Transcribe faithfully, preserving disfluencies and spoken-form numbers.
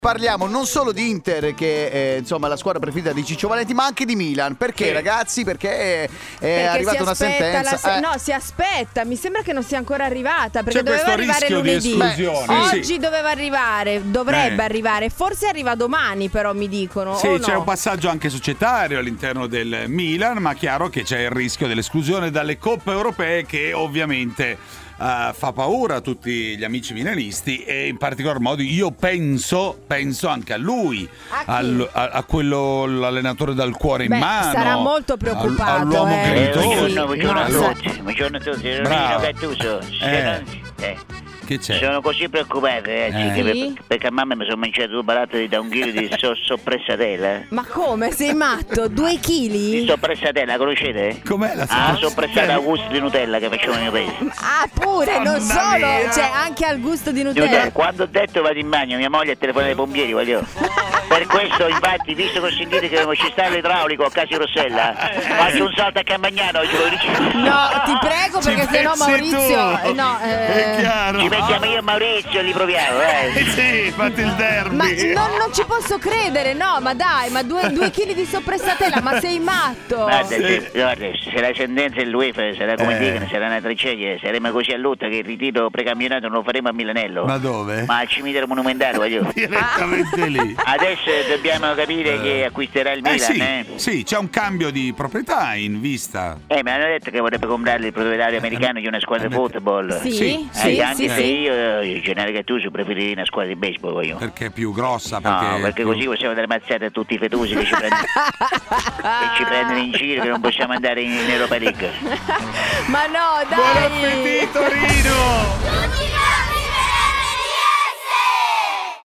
Parliamo non solo di Inter, che è insomma la squadra preferita di Ciccio Valenti, ma anche di Milan. Perché sì. ragazzi? Perché è, è perché arrivata una sentenza se- eh. No, si aspetta, mi sembra che non sia ancora arrivata, perché C'è doveva arrivare lunedì. Beh, Oggi sì. doveva arrivare, dovrebbe eh. arrivare. Forse arriva domani, però mi dicono. Sì, o c'è no? un passaggio anche societario all'interno del Milan, ma chiaro che c'è il rischio dell'esclusione dalle coppe europee, che ovviamente Uh, fa paura a tutti gli amici milanisti, e in particolar modo io penso penso anche a lui, a, al, a, a quello, l'allenatore dal cuore Beh, in mano, sarà molto preoccupato, all, all'uomo eh. gridone. Eh, buongiorno, buongiorno a no, tutti, buongiorno a tutti, sono Bravo. Nino Gattuso. Eh. Eh. Che c'è? Sono così preoccupato, eh, Eh. che Sì? per- perché a mamma mi sono mangiato due palate da un chilo di so- soppressatella. Ma come? Sei matto? Due Di chili? soppressatella, conoscete? Com'è la Ah, soppressatella? soppressata a gusto di Nutella che facciamo nel mio paese. Ah, pure, non Mamma solo, mia. cioè anche al gusto di Nutella. Nutella. Quando ho detto vado in bagno, mia moglie ha telefonato ai pompieri, voglio. Per questo, infatti, visto che ho sentito che ci sta l'idraulico a Casi Rossella, faccio un salto a Campagnano oggi, lo dici? No, ti prego, perché Ci sennò pensi Maurizio. tu. No, È eh, chiaro. Ci mettiamo io e Maurizio e li proviamo, eh. Eh sì, fate il derby. ma non, non ci posso credere, no, ma dai, ma due, due chili di soppressatella, ma sei matto? Guarda, Sì. se, guarda, se la sentenza dell'UEFA sarà come Eh. dicono, sarà una tragedia, saremo così a lotta che il ritiro precampionato non lo faremo a Milanello, Ma dove? ma al cimitero monumentale, voglio. Direttamente lì. Adesso dobbiamo capire che acquisterà il Eh Milan, sì, eh? sì, c'è un cambio di proprietà in vista. Eh, mi hanno detto che vorrebbe comprare il proprietario americano di una squadra di football. Sì, Sì, sì, Eh, anche sì, se sì. io, il generale Gattuso, preferirei una squadra di baseball, voglio. Perché è più grossa, perché, No, perché più- così possiamo dare mazzate a tutti i fetusi che ci prendono, che ci prendono in giro, che non possiamo andare in, in Europa League. Ma no, Buon dai! appetito, Rino!